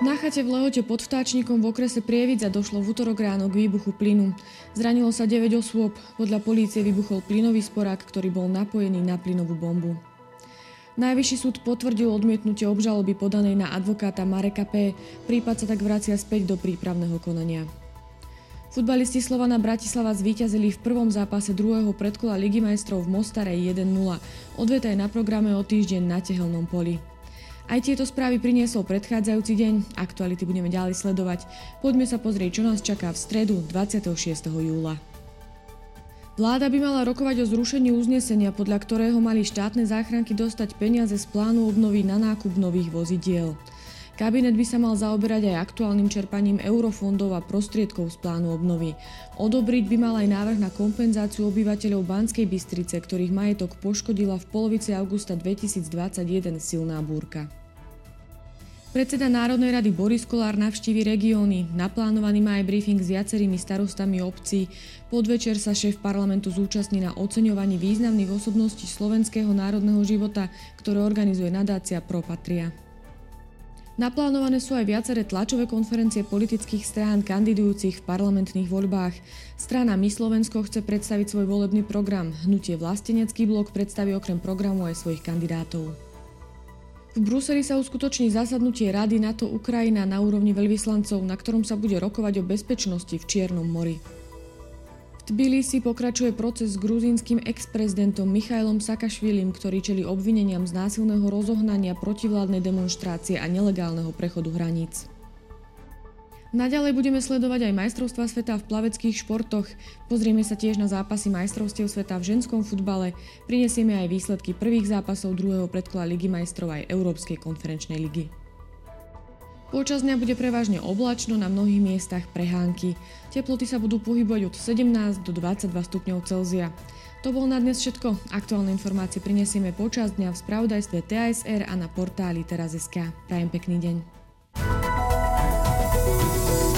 Na chate v Lehote pod Vtáčnikom v okrese Prievidza došlo v utorok ráno k výbuchu plynu. Zranilo sa 9 osôb. Podľa polície vybuchol plynový sporák, ktorý bol napojený na plynovú bombu. Najvyšší súd potvrdil odmietnutie obžaloby podanej na advokáta Mareka P. Prípad sa tak vracia späť do prípravného konania. Futbalisti Slovana Bratislava zvíťazili v prvom zápase druhého predkola Ligy majstrov v Mostare 1-0. Odveta je na programe o týždeň na Tehelnom poli. Aj tieto správy priniesol predchádzajúci deň. Aktuality budeme ďalej sledovať. Poďme sa pozrieť, čo nás čaká v stredu 26. júla. Vláda by mala rokovať o zrušení uznesenia, podľa ktorého mali štátne záchranky dostať peniaze z plánu obnovy na nákup nových vozidiel. Kabinet by sa mal zaoberať aj aktuálnym čerpaním eurofondov a prostriedkov z plánu obnovy. Odobriť by mal aj návrh na kompenzáciu obyvateľov Banskej Bystrice, ktorých majetok poškodila v polovici augusta 2021 silná búrka. Predseda Národnej rady Boris Kollár navštívi regióny. Naplánovaný má aj briefing s viacerými starostami obcí. Podvečer sa šéf parlamentu zúčastní na oceňovaní významných osobností slovenského národného života, ktoré organizuje nadácia Pro Patria. Naplánované sú aj viaceré tlačové konferencie politických strán kandidujúcich v parlamentných voľbách. Strana My Slovensko chce predstaviť svoj volebný program. Hnutie Vlastenecký blok predstaví okrem programu aj svojich kandidátov. V Bruseli sa uskutoční zasadnutie Rady NATO Ukrajina na úrovni veľvyslancov, na ktorom sa bude rokovať o bezpečnosti v Čiernom mori. V Tbilisi pokračuje proces s gruzínskym ex-prezidentom Michailom Saakašvilim, ktorý čelí obvineniam z násilného rozohnania protivládnej demonštrácie a nelegálneho prechodu hraníc. Naďalej budeme sledovať aj majstrovstvá sveta v plaveckých športoch. Pozrieme sa tiež na zápasy majstrovstiev sveta v ženskom futbale. Prinesieme aj výsledky prvých zápasov druhého predkola Ligy majstrov aj Európskej konferenčnej ligy. Počas dňa bude prevažne oblačno, na mnohých miestach prehánky. Teploty sa budú pohybovať od 17 do 22 stupňov Celzia. To bolo na dnes všetko. Aktuálne informácie prinesieme počas dňa v spravodajstve TASR a na portáli teraz.sk. Prajem pekný deň.